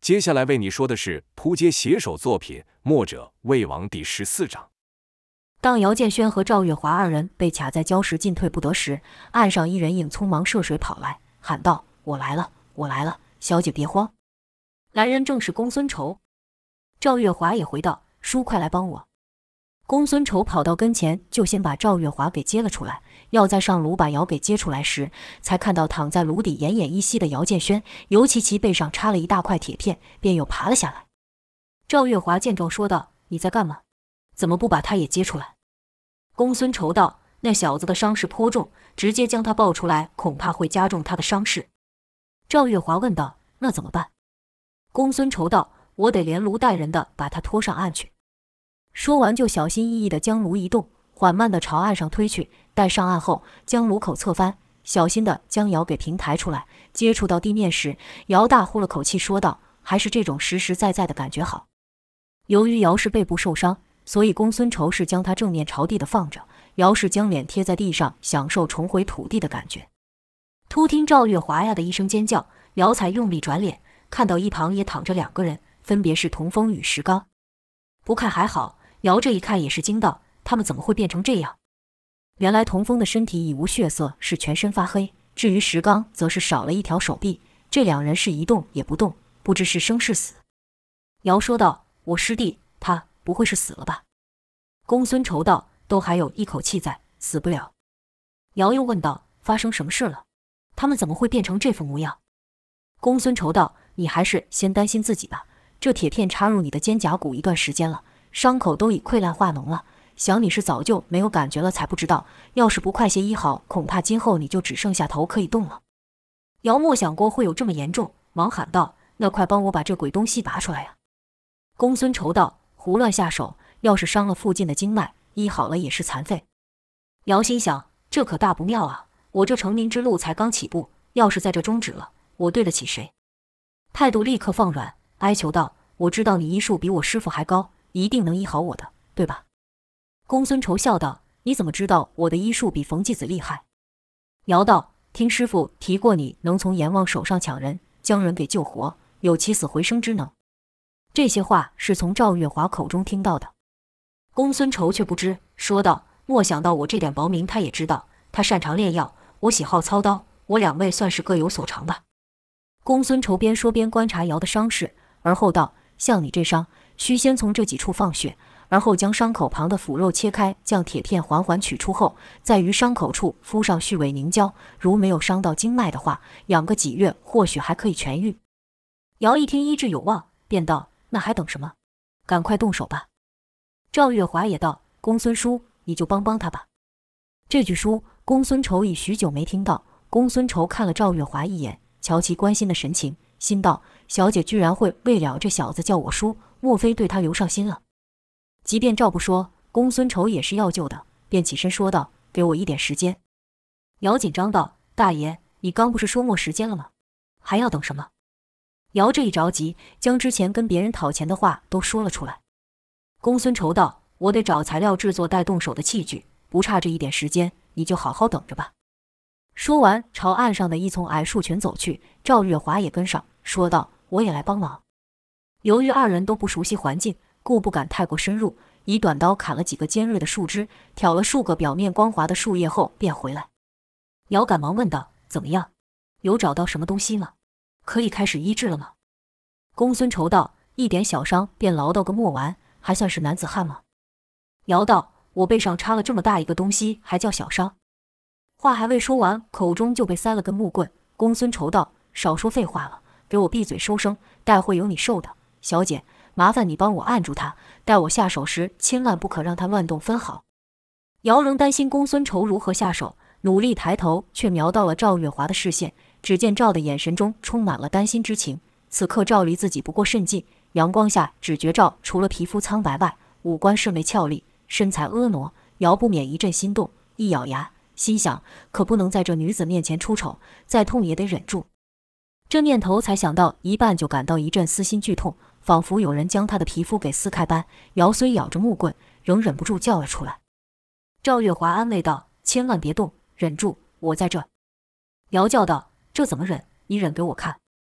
接下来为你说的是扑街写手作品《墨者魏王》第14章。 当姚建轩和赵月华二人被卡在礁石进退不得时，岸上一人影匆忙涉水跑来，喊道：“我来了，我来了，小姐别慌。”来人正是公孙仇。赵月华也回道：“叔，快来帮我。”公孙仇跑到跟前，就先把赵月华给接了出来，要再上炉把姚给接出来时，才看到躺在炉底奄奄一息的姚建轩，尤其其背上插了一大块铁片，便又爬了下来。赵月华见状说道：“你在干嘛？怎么不把他也接出来？”公孙仇道：“那小子的伤势颇重，直接将他抱出来，恐怕会加重他的伤势。”赵月华问道：“那怎么办？”公孙仇道：“我得连炉带人的把他拖上岸去。”说完就小心翼翼地将炉移动，缓慢地朝岸上推去。待上岸后，将炉口侧翻，小心地将姚给平抬出来。接触到地面时，姚大呼了口气说道：“还是这种实实在在的感觉好。”由于姚是背部受伤，所以公孙仇是将他正面朝地的放着，姚是将脸贴在地上，享受重回土地的感觉。突听赵月华呀的一声尖叫，姚才用力转脸，看到一旁也躺着2个人，分别是童风与石刚。不看还好，姚这一看也是惊道：“他们怎么会变成这样？”原来童风的身体已无血色，是全身发黑，至于石刚则是少了一条手臂，这2人是一动也不动，不知是生是死。姚说道：“我师弟他不会是死了吧？”公孙仇道：“都还有一口气在，死不了。”姚又问道：“发生什么事了？他们怎么会变成这副模样？”公孙仇道：“你还是先担心自己吧，这铁片插入你的肩胛骨一段时间了，伤口都已溃烂化脓了，想你是早就没有感觉了才不知道，要是不快些医好，恐怕今后你就只剩下头可以动了。”姚没想过会有这么严重，忙喊道：“那快帮我把这鬼东西拔出来呀！”公孙仇道：“胡乱下手，要是伤了附近的经脉，医好了也是残废。”姚心想，这可大不妙啊，我这成名之路才刚起步，要是在这终止了，我对得起谁？态度立刻放软，哀求道：“我知道你医术比我师父还高，一定能医好我的，对吧？”公孙仇笑道：“你怎么知道我的医术比冯继子厉害？”姚道：“听师父提过，你能从阎王手上抢人，将人给救活，有起死回生之能。”这些话是从赵月华口中听到的。公孙仇却不知，说道：“莫想到我这点薄名他也知道，他擅长炼药，我喜好操刀，我2位算是各有所长吧。”公孙仇边说边观察姚的伤势，而后道：“像你这伤，需先从这几处放血，而后将伤口旁的腐肉切开，将铁片缓缓取出后，再于伤口处敷上续尾凝胶，如没有伤到经脉的话，养个几月或许还可以痊愈。”姚一听医治有望，便道：“那还等什么？赶快动手吧。”赵月华也道：“公孙叔，你就帮帮他吧。”这句书公孙仇已许久没听到。公孙仇看了赵月华一眼，瞧其关心的神情，心道：小姐居然会为了这小子叫我叔，莫非对他留上心了？即便赵不说，公孙仇也是要救的，便起身说道：“给我一点时间。”姚紧张道：“大爷，你刚不是说没时间了吗？还要等什么？”姚这一着急，将之前跟别人讨钱的话都说了出来。公孙仇道：“我得找材料制作带动手的器具，不差这一点时间，你就好好等着吧。”说完，朝岸上的一丛矮树群走去。赵月华也跟上，说道：“我也来帮忙。”由于2人都不熟悉环境，故不敢太过深入，以短刀砍了几个尖锐的树枝，挑了数个表面光滑的树叶后便回来。姚赶忙问道：“怎么样？有找到什么东西吗？可以开始医治了吗？”公孙仇道：“一点小伤便劳到个没完，还算是男子汉吗？”姚道：“我背上插了这么大一个东西，还叫小伤？”话还未说完，口中就被塞了根木棍。公孙仇道：“少说废话了，给我闭嘴收声，待会有你受的。小姐，麻烦你帮我按住他，待我下手时千万不可让他乱动分毫。”姚仍担心公孙仇如何下手，努力抬头，却瞄到了赵月华的视线。只见赵的眼神中充满了担心之情。此刻赵离自己不过甚近，阳光下只觉赵除了皮肤苍白外，五官甚为俏丽，身材婀娜。姚不免一阵心动，一咬牙，心想可不能在这女子面前出丑，再痛也得忍住。这念头才想到一半，就感到一阵撕心剧痛，仿佛有人将他的皮肤给撕开般。姚虽咬着木棍，仍忍不住叫了出来。赵月华安慰道：“千万别动，忍住，我在这。”姚叫道：“这怎么忍？你忍给我看。”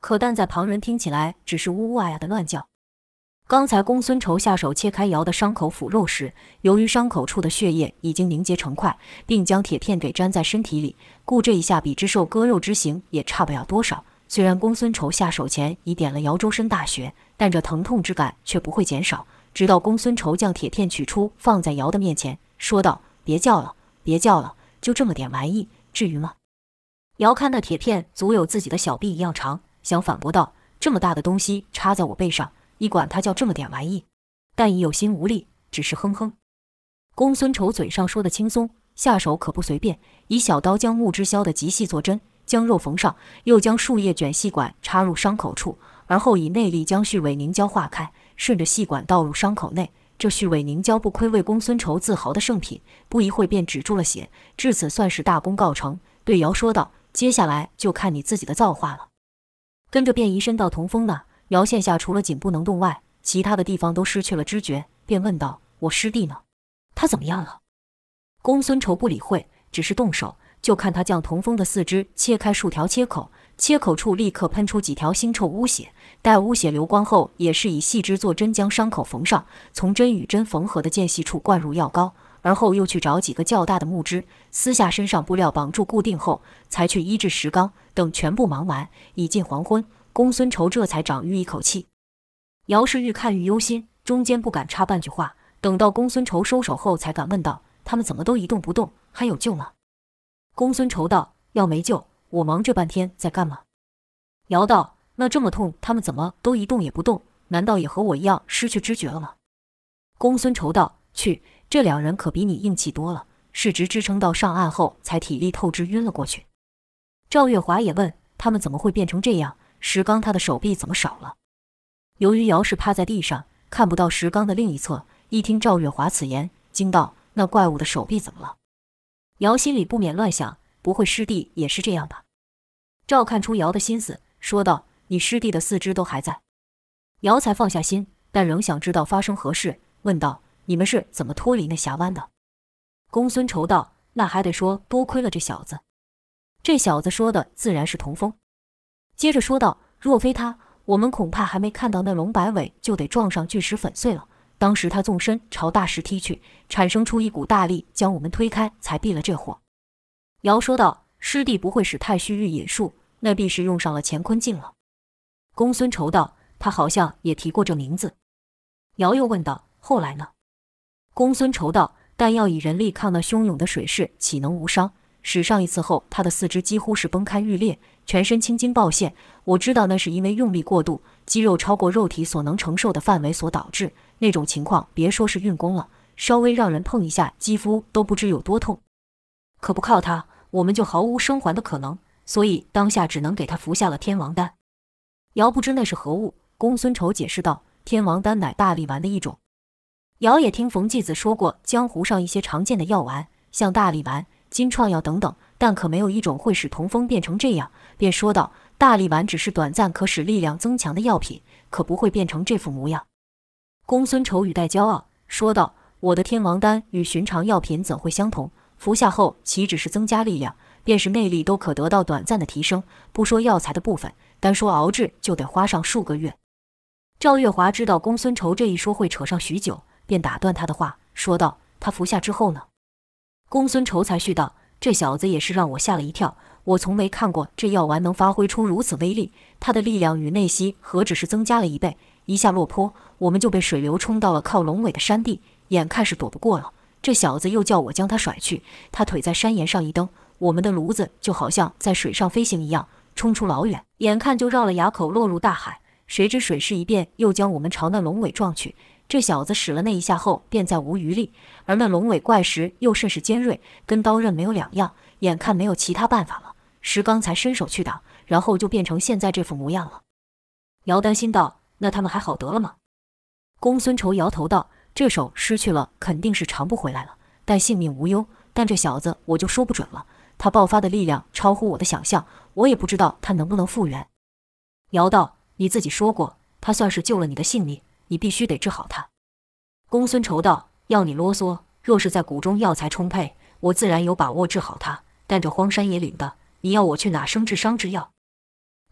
可但在旁人听起来只是呜呜啊呀的乱叫。刚才公孙仇下手切开姚的伤口腐肉时，由于伤口处的血液已经凝结成块，并将铁片给粘在身体里，故这一下比之受割肉之刑也差不了多少。虽然公孙仇下手前已点了姚周身大穴，但这疼痛之感却不会减少。直到公孙仇将铁片取出，放在姚的面前，说道：“别叫了，别叫了，就这么点玩意，至于吗？”姚看那铁片足有自己的小臂一样长，想反驳道：“这么大的东西插在我背上，你管它叫这么点玩意？”但已有心无力，只是哼哼。公孙仇嘴上说的轻松，下手可不随便，以小刀将木枝削得极细做针，将肉缝上，又将树叶卷细管插入伤口处，而后以内力将絮尾凝胶化开，顺着细管倒入伤口内。这絮尾凝胶不亏为公孙仇自豪的圣品，不一会便止住了血，至此算是大功告成。对姚说道：“接下来就看你自己的造化了。”跟着便移身到童风那。姚现下除了颈不能动外，其他的地方都失去了知觉，便问道：“我师弟呢？他怎么样了？”公孙仇不理会，只是动手，就看他将童风的四肢切开数条切口，切口处立刻喷出几条腥臭污血。待污血流光后，也是以细枝做针将伤口缝上，从针与针缝合的间隙处灌入药膏，而后又去找几个较大的木枝，撕下身上布料绑住固定后，才去医治石刚。等全部忙完，已近黄昏，公孙仇这才长吁一口气。姚氏愈看愈忧心，中间不敢插半句话，等到公孙仇收手后，才敢问道：“他们怎么都一动不动，还有救吗？”公孙仇道：“要没救，我忙这半天在干嘛？”姚道：“那这么痛，他们怎么都一动也不动？难道也和我一样失去知觉了吗？”公孙仇道：“去，这两人可比你硬气多了，是直支撑到上岸后才体力透支晕了过去。”赵月华也问：“他们怎么会变成这样？石刚他的手臂怎么少了？”由于姚是趴在地上，看不到石刚的另一侧，一听赵月华此言，惊道：“那怪物的手臂怎么了？”姚心里不免乱想：不会师弟也是这样吧？赵看出姚的心思，说道：“你师弟的四肢都还在。”姚才放下心，但仍想知道发生何事，问道：“你们是怎么脱离那峡湾的？”公孙仇道：“那还得说多亏了这小子。”这小子说的自然是童风。接着说道：“若非他，我们恐怕还没看到那龙摆尾，就得撞上巨石粉碎了。当时他纵身朝大石踢去，产生出一股大力，将我们推开，才避了这祸。”姚说道：“师弟不会使太虚玉引术，那必是用上了乾坤镜了。”公孙仇道：“他好像也提过这名字。”姚又问道：“后来呢？”公孙仇道：“但要以人力抗那汹涌的水势，岂能无伤？使上一次后，他的四肢几乎是崩开欲裂，全身青筋暴现。我知道那是因为用力过度，肌肉超过肉体所能承受的范围所导致。那种情况，别说是运功了，稍微让人碰一下，肌肤都不知有多痛。可不靠他，我们就毫无生还的可能。所以当下只能给他服下了天王丹。”姚不知那是何物，公孙仇解释道：“天王丹乃大力丸的一种。”姚也听冯继子说过江湖上一些常见的药丸，像大力丸、金创药等等，但可没有一种会使童风变成这样，便说道：“大力丸只是短暂可使力量增强的药品，可不会变成这副模样。”公孙仇语带骄傲，说道：“我的天王丹与寻常药品怎会相同？服下后岂只是增加力量，便是内力都可得到短暂的提升。不说药材的部分，单说熬制就得花上数个月。”赵月华知道公孙仇这一说会扯上许久，便打断他的话，说道：“他服下之后呢？”公孙仇才续道：“这小子也是让我吓了一跳，我从没看过这药丸能发挥出如此威力，他的力量与内息何止是增加了1倍。一下落坡，我们就被水流冲到了靠龙尾的山地，眼看是躲不过了。这小子又叫我将他甩去，他腿在山岩上一蹬，我们的炉子就好像在水上飞行一样，冲出老远，眼看就绕了垭口落入大海。谁知水势一变，又将我们朝那龙尾撞去。这小子使了那一下后，便再无余力，而那龙尾怪石又甚是尖锐，跟刀刃没有两样，眼看没有其他办法了，石刚才伸手去挡，然后就变成现在这副模样了。”姚担心道：“那他们还好得了吗？”公孙仇摇头道：“这手失去了，肯定是偿不回来了，但性命无忧。但这小子我就说不准了，他爆发的力量超乎我的想象，我也不知道他能不能复原。”姚道：“你自己说过，他算是救了你的性命，你必须得治好他。”公孙仇道：“要你啰嗦，若是在谷中药材充沛，我自然有把握治好他。但这荒山野岭的，你要我去哪生治伤之药？”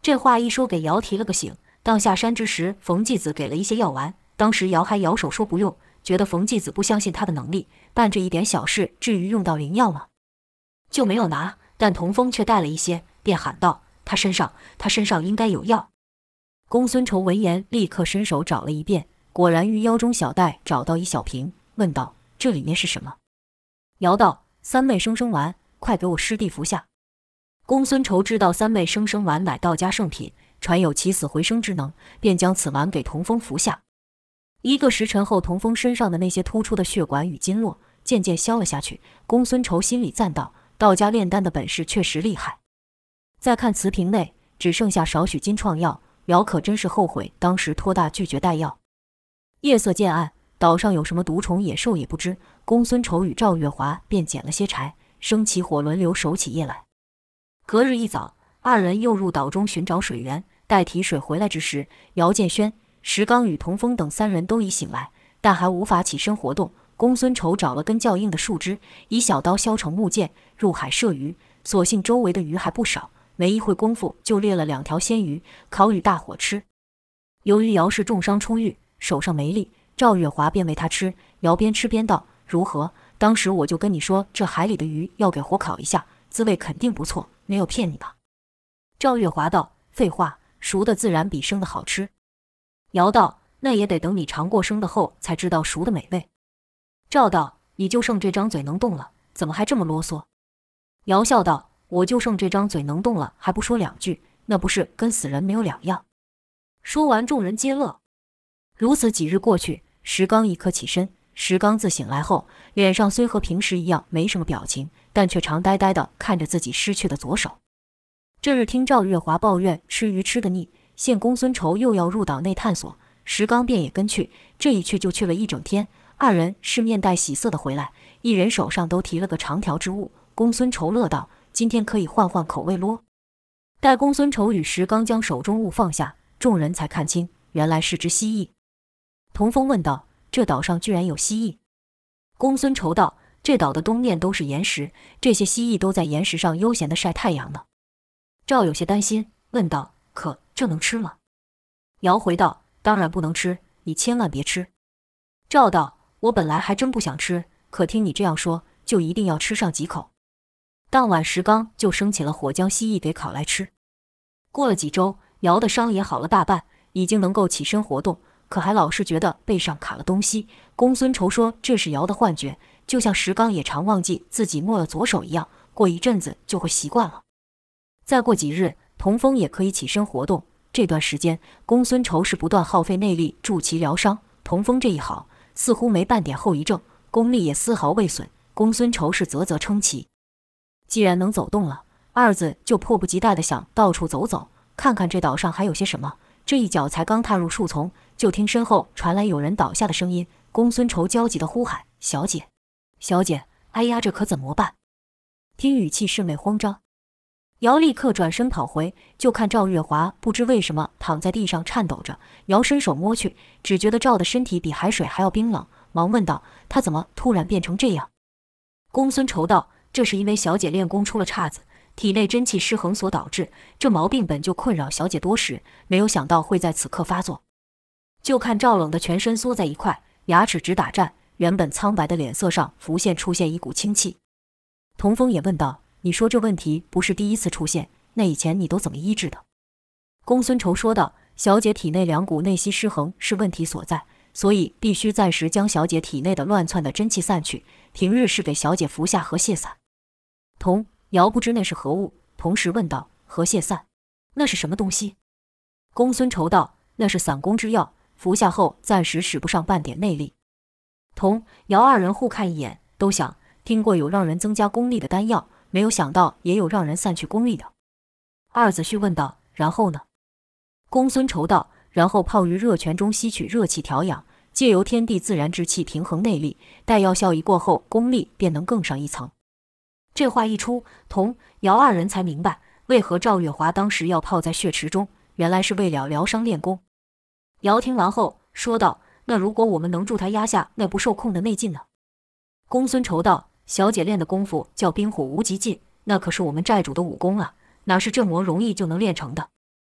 这话一说，给姚提了个醒。当下山之时，冯继子给了一些药丸，当时姚还摇手说不用，觉得冯继子不相信他的能力，办这一点小事至于用到灵药吗？就没有拿。但童风却带了一些，便喊道：“他身上应该有药。”公孙仇闻言，立刻伸手找了一遍，果然于腰中小袋找到一小瓶，问道：“这里面是什么？”姚道：“三昧生生丸，快给我师弟服下。”公孙仇知道三昧生生丸乃道家圣品，传有起死回生之能，便将此丸给童风服下。1个时辰后，童风身上的那些突出的血管与经络渐渐消了下去。公孙仇心里赞道：“道家炼丹的本事确实厉害。”再看瓷瓶内，只剩下少许金创药，姚可真是后悔当时托大拒绝带药。夜色渐暗，岛上有什么毒虫野兽也不知。公孙仇与赵月华便捡了些柴，生起火，轮流守起夜来。隔日一早，二人又入岛中寻找水源。待提水回来之时，姚建轩、石刚与童风等3人都已醒来，但还无法起身活动。公孙仇找了根较硬的树枝，以小刀削成木剑，入海射鱼。所幸周围的鱼还不少，没一会功夫就猎了2条鲜鱼，烤与大伙吃。由于姚氏重伤初愈，手上没力，赵月华便喂他吃。姚边吃边道：“如何？当时我就跟你说，这海里的鱼要给火烤一下，滋味肯定不错，没有骗你吧？”赵月华道：“废话，熟的自然比生的好吃。”姚道：“那也得等你尝过生的后，才知道熟的美味。”赵道：“你就剩这张嘴能动了，怎么还这么啰嗦？”姚笑道：“我就剩这张嘴能动了，还不说2句，那不是跟死人没有两样？”说完，众人皆乐。如此几日过去，石刚一刻起身。石刚自醒来后，脸上虽和平时一样没什么表情，但却常呆呆地看着自己失去的左手。这日听赵月华抱怨吃鱼吃得腻，现公孙仇又要入岛内探索，石刚便也跟去。这一去就去了1整天，二人是面带喜色的回来，一人手上都提了个长条之物。公孙仇乐道：“今天可以换换口味咯。”待公孙仇与石刚将手中物放下，众人才看清，原来是只蜥蜴。童风问道：“这岛上居然有蜥蜴？”公孙仇道：“这岛的东面都是岩石，这些蜥蜴都在岩石上悠闲地晒太阳呢。”赵有些担心，问道：“可这能吃吗？”姚回道：“当然不能吃，你千万别吃。”赵道：“我本来还真不想吃，可听你这样说，就一定要吃上几口。”当晚石刚就生起了火，将蜥蜴给烤来吃。过了几周，姚的伤也好了大半，已经能够起身活动，可还老是觉得背上卡了东西。公孙仇说这是姚的幻觉，就像石刚也常忘记自己没了左手一样，过一阵子就会习惯了。再过几日，童风也可以起身活动。这段时间，公孙仇是不断耗费内力助其疗伤。童风这一好，似乎没半点后遗症，功力也丝毫未损。公孙仇是啧啧称奇。既然能走动了，二子就迫不及待地想到处走走，看看这岛上还有些什么。这一脚才刚踏入树丛，就听身后传来有人倒下的声音。公孙仇焦急地呼喊：“小姐，小姐！哎呀，这可怎么办？”听语气甚为慌张。姚立刻转身跑回，就看赵月华不知为什么躺在地上颤抖着。姚伸手摸去，只觉得赵的身体比海水还要冰冷，忙问道：“他怎么突然变成这样？”公孙仇道：“这是因为小姐练功出了岔子，体内真气失衡所导致。这毛病本就困扰小姐多时，没有想到会在此刻发作。”就看赵冷的全身缩在一块，牙齿直打颤，原本苍白的脸色上出现一股清气。童风也问道：“你说这问题不是第一次出现，那以前你都怎么医治的？”公孙仇说道：“小姐体内2股内息失衡是问题所在，所以必须暂时将小姐体内的乱窜的真气散去。平日是给小姐服下河蟹散。”姚不知那是何物，同时问道：“河蟹散，那是什么东西？”公孙仇道：“那是散功之药，服下后暂时使不上半点内力。”姚二人互看一眼，都想听过有让人增加功力的丹药，没有想到也有让人散去功力的。二子旭问道：“然后呢？”公孙仇道：“然后泡于热泉中吸取热气调养，借由天地自然之气平衡内力，待药效一过后，功力便能更上一层。”这话一出，姚二人才明白为何赵月华当时要泡在血池中，原来是为了疗伤练功。姚听完后说道：“那如果我们能助他压下那不受控的内劲呢？”公孙仇道：“小姐练的功夫叫冰火无极劲，那可是我们寨主的武功啊，哪是这么容易就能练成的？”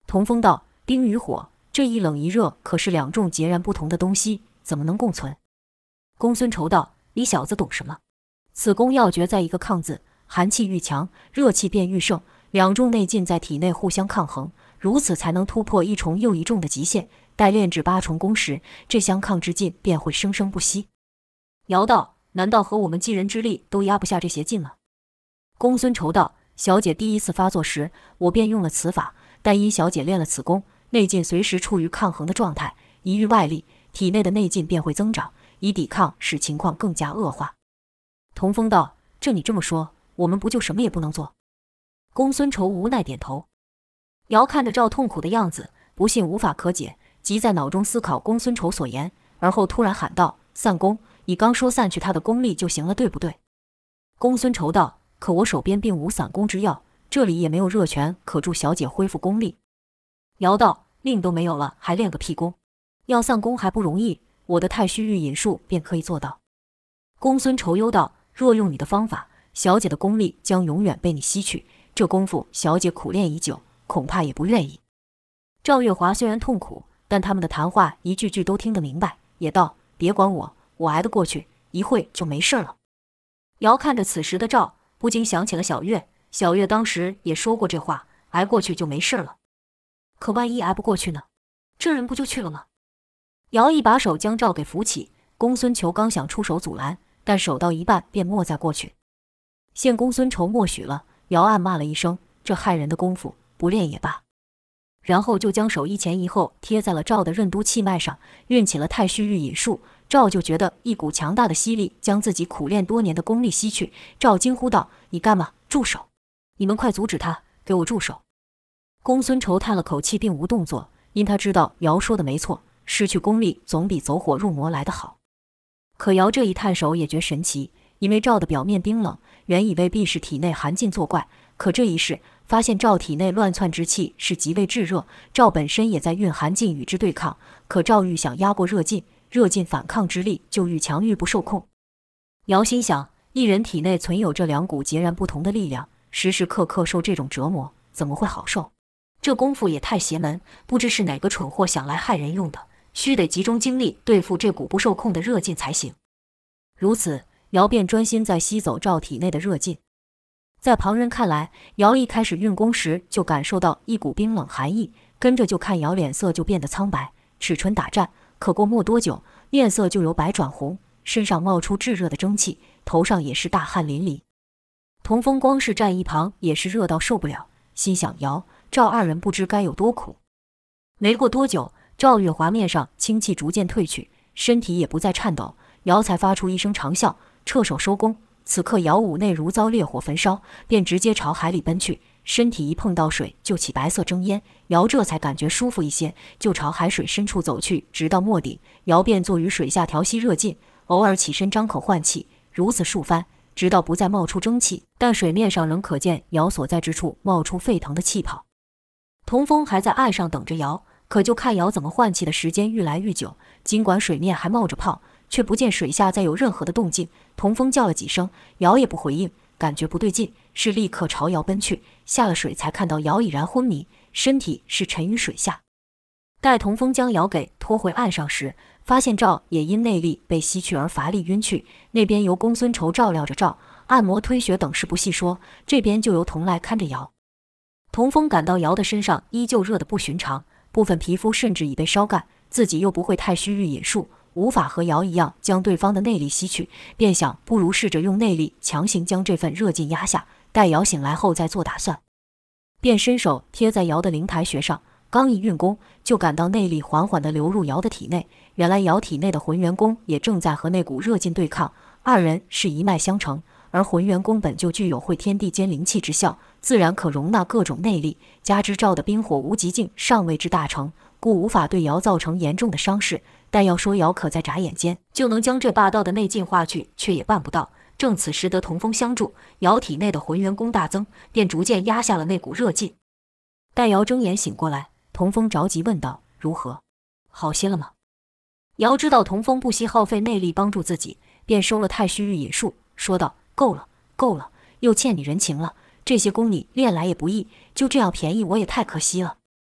童风道：“冰与火，这一冷一热可是两种截然不同的东西，怎么能共存？”公孙仇道：“你小子懂什么？此功要诀在一个抗字，寒气愈强，热气便愈盛，两种内劲在体内互相抗衡，如此才能突破一重又一重的极限。待练至8重功时，这相抗之劲便会生生不息。”姚道：“难道和我们济人之力都压不下这邪劲吗？”公孙仇道：“小姐第一次发作时，我便用了此法，但因小姐练了此功，内劲随时处于抗衡的状态，一遇外力，体内的内劲便会增长，以抵抗，使情况更加恶化。”童风道：“这你这么说，我们不就什么也不能做？”公孙仇无奈点头。姚看着赵痛苦的样子，不信无法可解，即在脑中思考公孙仇所言，而后突然喊道：“散功！你刚说散去他的功力就行了，对不对？”公孙仇道：“可我手边并无散功之药，这里也没有热泉可助小姐恢复功力。”姚道：“命都没有了，还练个屁功？要散功还不容易，我的太虚御引术便可以做到。”公孙仇忧道：“若用你的方法，小姐的功力将永远被你吸去，这功夫小姐苦练已久，恐怕也不愿意。”赵月华虽然痛苦，但他们的谈话一句句都听得明白，也道：“别管我，我挨得过去，一会就没事了。”姚看着此时的赵，不禁想起了小月，小月当时也说过这话，挨过去就没事了。可万一挨不过去呢？这人不就去了吗？姚一把手将赵给扶起，公孙仇刚想出手阻拦，但手到一半便莫再过去。见公孙仇默许了，姚暗骂了一声：“这害人的功夫，不练也罢。”然后就将手一前一后贴在了赵的任督气脉上，运起了太虚御引术。赵就觉得一股强大的吸力将自己苦练多年的功力吸去。赵惊呼道：“你干嘛？住手！你们快阻止他，给我住手！”公孙仇叹了口气，并无动作，因他知道姚说的没错，失去功力总比走火入魔来得好。可姚这一探手也觉神奇，因为赵的表面冰冷，原以为必是体内寒劲作怪，可这一试发现赵体内乱窜之气是极为炙热，赵本身也在运寒劲与之对抗，可赵愈想压过热劲，热劲反抗之力就愈强愈不受控。姚心想，一人体内存有这两股截然不同的力量，时时刻刻受这种折磨，怎么会好受？这功夫也太邪门，不知是哪个蠢货想来害人用的，须得集中精力对付这股不受控的热劲才行。如此，姚便专心在吸走赵体内的热劲。在旁人看来，姚一开始运功时就感受到一股冰冷寒意，跟着就看姚脸色就变得苍白，齿唇打颤，可过没多久，面色就由白转红，身上冒出炙热的蒸汽，头上也是大汗淋漓。童风光是站一旁也是热到受不了，心想姚、赵二人不知该有多苦。没过多久，赵月华面上清气逐渐褪去，身体也不再颤抖，姚才发出一声长啸，撤手收功。此刻姚五内如遭烈火焚烧，便直接朝海里奔去，身体一碰到水就起白色蒸烟，姚这才感觉舒服一些，就朝海水深处走去，直到末顶，姚便坐于水下调息热劲，偶尔起身张口换气，如此数番，直到不再冒出蒸汽，但水面上仍可见姚所在之处冒出沸腾的气泡。童风还在岸上等着姚，可就看姚怎么换气的时间愈来愈久，尽管水面还冒着泡，却不见水下再有任何的动静。童风叫了几声，姚也不回应，感觉不对劲，是立刻朝姚奔去。下了水才看到姚已然昏迷，身体是沉于水下。待童风将姚给拖回岸上时，发现赵也因内力被吸去而乏力晕去。那边由公孙仇照料着赵，按摩推穴等事不细说，这边就由童来看着姚。童风感到姚的身上依旧热得不寻常，部分皮肤甚至已被烧干，自己又不会太虚御引术，无法和姚一样将对方的内力吸去，便想不如试着用内力强行将这份热劲压下，待姚醒来后再做打算。便伸手贴在姚的灵台穴上，刚一运功，就感到内力缓缓地流入姚的体内。原来姚体内的浑元功也正在和那股热劲对抗，二人是一脉相承，而浑元功本就具有会天地间灵气之效，自然可容纳各种内力，加之赵的冰火无极境尚未至大成，故无法对姚造成严重的伤势。但要说姚可在眨眼间就能将这霸道的内劲化去，却也办不到。正此时得童风相助，姚体内的浑元功大增，便逐渐压下了那股热劲。待姚睁眼醒过来，童风着急问道：“如何？好些了吗？”姚知道童风不惜耗费内力帮助自己，便收了太虚御引术，说道：“够了，够了，又欠你人情了。这些功你练来也不易，就这样便宜我也太可惜了。”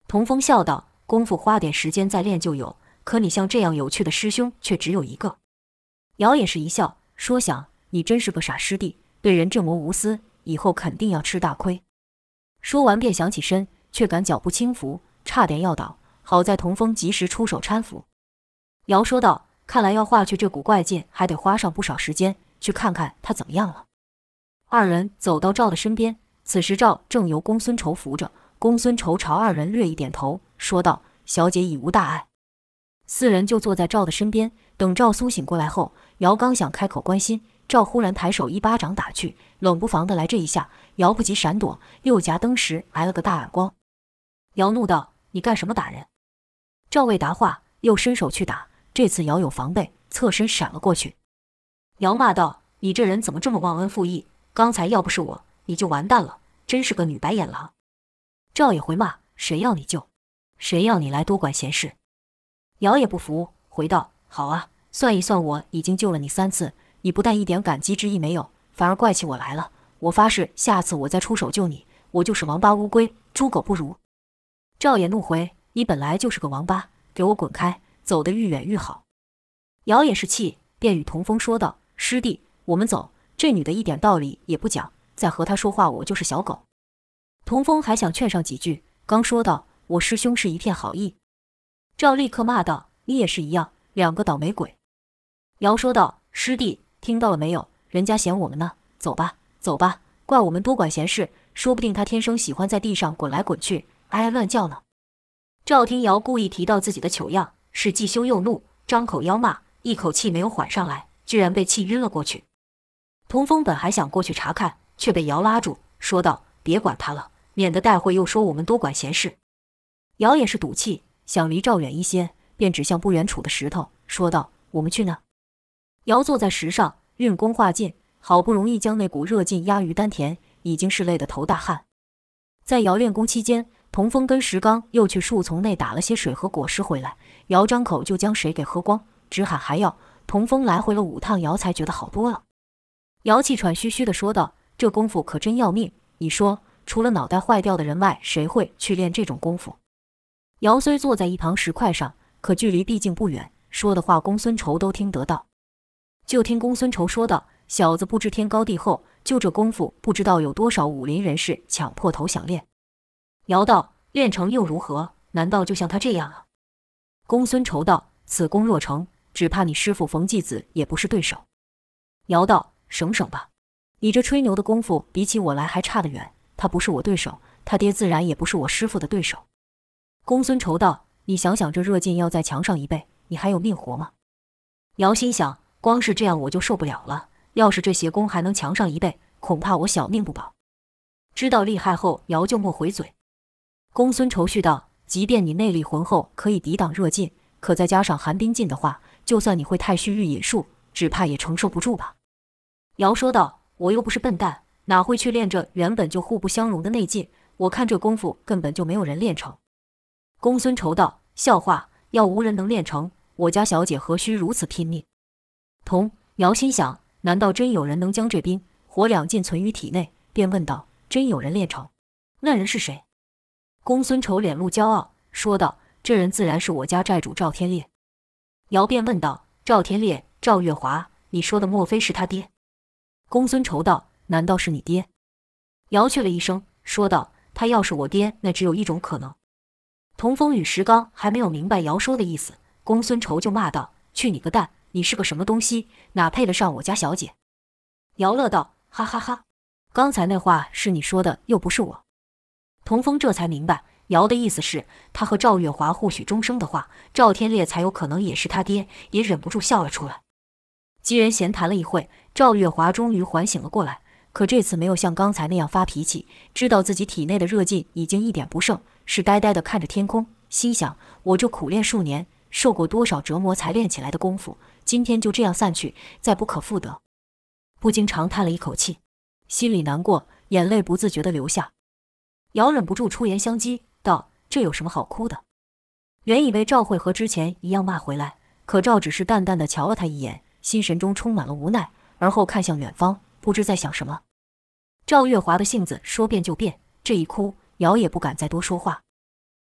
童风笑道：“功夫花点时间再练就有，可你像这样有趣的师兄却只有一个。”姚也是一笑，说：“想你真是个傻师弟，对人这么无私，以后肯定要吃大亏。”说完便想起身，却感脚步轻浮，差点要倒，好在童风及时出手搀扶。姚说道：“看来要化去这股怪劲，还得花上不少时间，去看看他怎么样了。”二人走到赵的身边，此时赵正由公孙仇扶着，公孙仇朝二人略一点头，说道：“小姐已无大碍。”四人就坐在赵的身边，等赵苏醒过来后，姚刚想开口关心，赵忽然抬手一巴掌打去，冷不防的来这一下，姚不及闪躲，右颊登时挨了个大耳光。姚怒道：“你干什么打人？”赵未答话，又伸手去打，这次姚有防备，侧身闪了过去。姚骂道：“你这人怎么这么忘恩负义？刚才要不是我，你就完蛋了，真是个女白眼狼。”赵也回骂：“谁要你救？谁要你来多管闲事？”姚也不服，回道：“好啊，算一算，我已经救了你3次，你不但一点感激之意没有，反而怪起我来了。我发誓，下次我再出手救你，我就是王八乌龟，猪狗不如。”赵也怒回：“你本来就是个王八，给我滚开，走得愈远愈好。”姚也是气，便与童风说道：“师弟，我们走，这女的一点道理也不讲，再和她说话我就是小狗。”童风还想劝上几句，刚说道：“我师兄是一片好意。”赵立刻骂道：“你也是一样，两个倒霉鬼。”姚说道：“师弟，听到了没有？人家嫌我们呢，走吧，走吧，怪我们多管闲事，说不定他天生喜欢在地上滚来滚去，哀哀乱叫呢。”赵听姚故意提到自己的糗样，是既羞又怒，张口要骂，一口气没有缓上来，居然被气晕了过去。童风本还想过去查看，却被姚拉住，说道：“别管他了，免得待会又说我们多管闲事。”姚也是赌气，想离赵远一些，便指向不远处的石头，说道：“我们去呢。”姚坐在石上，运功化劲，好不容易将那股热劲压于丹田，已经是累得头大汗。在姚练功期间，童风跟石刚又去树丛内打了些水和果实回来，姚张口就将水给喝光，直喊还要。童风来回了5趟，姚才觉得好多了。姚气喘吁吁地说道：“这功夫可真要命，你说除了脑袋坏掉的人外，谁会去练这种功夫？”姚虽坐在一旁石块上，可距离毕竟不远，说的话公孙仇都听得到。就听公孙仇说道：“小子不知天高地厚，就这功夫，不知道有多少武林人士抢破头想练。”姚道：“练成又如何？难道就像他这样啊？”公孙仇道：“此功若成，只怕你师父冯继子也不是对手。”姚道：“省省吧，你这吹牛的功夫比起我来还差得远，他不是我对手，他爹自然也不是我师父的对手。”公孙仇道：“你想想，这热劲要再强上1倍，你还有命活吗？”姚心想，光是这样我就受不了了，要是这邪功还能强上1倍，恐怕我小命不保。知道厉害后，姚就莫回嘴。公孙仇续道：“即便你内力浑厚，可以抵挡热劲，可再加上寒冰劲的话，就算你会太虚御引术，只怕也承受不住吧。”姚说道：“我又不是笨蛋，哪会去练这原本就互不相容的内劲？我看这功夫根本就没有人练成。”公孙仇道：“笑话，要无人能练成，我家小姐何须如此拼命？”姚心想，难道真有人能将这冰火2劲存于体内？便问道：“真有人练成？那人是谁？”公孙仇脸露骄傲，说道：“这人自然是我家寨主赵天烈。”姚便问道：“赵天烈，赵月华，你说的莫非是他爹？”公孙仇道：“难道是你爹？”姚去了一声，说道：“他要是我爹，那只有一种可能。”童风与石刚还没有明白姚说的意思，公孙仇就骂道：“去你个蛋！你是个什么东西，哪配得上我家小姐？”姚乐道：“哈哈哈，刚才那话是你说的，又不是我。”童风这才明白，姚的意思是他和赵月华互许终生的话，赵天烈才有可能也是他爹，也忍不住笑了出来。几人闲谈了一会，赵月华终于缓醒了过来，可这次没有像刚才那样发脾气，知道自己体内的热劲已经一点不剩，是呆呆地看着天空，心想：我这苦练数年，受过多少折磨才练起来的功夫，今天就这样散去，再不可复得。不禁长叹了一口气，心里难过，眼泪不自觉地流下。姚忍不住出言相讥道：“这有什么好哭的？”原以为赵会和之前一样骂回来，可赵只是淡淡地瞧了他一眼，心神中充满了无奈，而后看向远方，不知在想什么。赵月华的性子说变就变，这一哭，姚也不敢再多说话。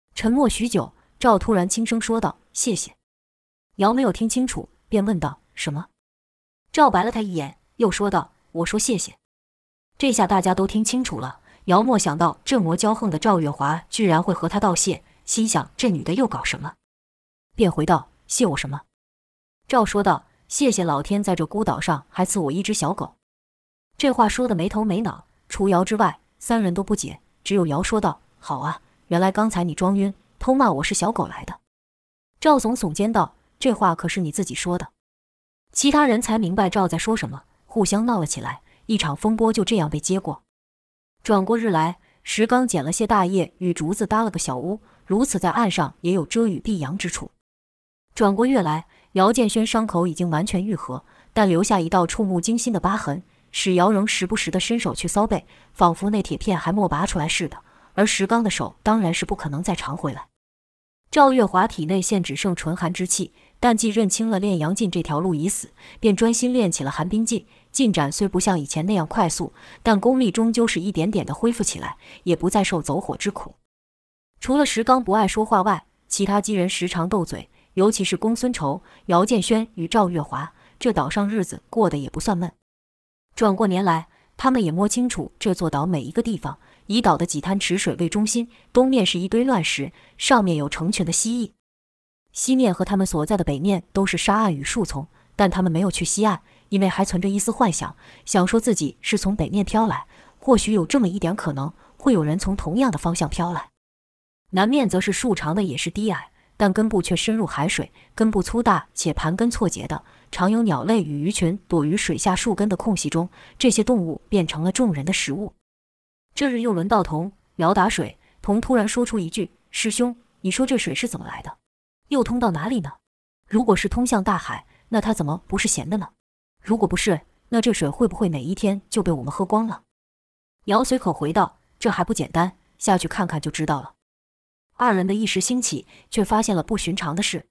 沉默许久，赵突然轻声说道：“谢谢。”姚没有听清楚，便问道：“什么？”赵白了他一眼，又说道：“我说谢谢。”这下大家都听清楚了。姚没想到这魔骄横的赵月华居然会和他道谢，心想这女的又搞什么，便回道：“谢我什么？”赵说道：“谢谢老天在这孤岛上还赐我一只小狗。”这话说的没头没脑，除姚之外，三人都不解，只有姚说道：“好啊，原来刚才你装晕，偷骂我是小狗来的。”赵耸耸肩道：“这话可是你自己说的。”其他人才明白赵在说什么，互相闹了起来，一场风波就这样被接过。转过日来，石刚捡了些大叶与竹子搭了个小屋，如此在岸上也有遮雨避阳之处。转过月来，姚建轩伤口已经完全愈合，但留下一道触目惊心的疤痕，使姚仍时不时地伸手去搔背，仿佛那铁片还没拔出来似的。而石刚的手当然是不可能再长回来。赵月华体内现只剩纯寒之气，但既认清了炼阳劲这条路已死，便专心练起了寒冰劲。进展虽不像以前那样快速，但功力终究是一点点的恢复起来，也不再受走火之苦。除了石刚不爱说话外，其他几人时常斗嘴，尤其是公孙仇、姚建轩与赵月华，这岛上日子过得也不算闷。转过年来，他们也摸清楚这座岛每一个地方。以岛的几滩池水为中心，东面是一堆乱石，上面有成群的蜥蜴；西面和他们所在的北面都是沙岸与树丛，但他们没有去西岸，因为还存着一丝幻想，想说自己是从北面飘来，或许有这么一点可能，会有人从同样的方向飘来。南面则是树长的也是低矮，但根部却深入海水，根部粗大且盘根错节的，常有鸟类与鱼群躲于水下树根的空隙中，这些动物变成了众人的食物。这日又轮到童聊打水，童突然说出一句：“师兄，你说这水是怎么来的？又通到哪里呢？如果是通向大海，那它怎么不是咸的呢？如果不是，那这水会不会哪一天就被我们喝光了？”姚随口回道：“这还不简单，下去看看就知道了。”二人的一时兴起，却发现了不寻常的事。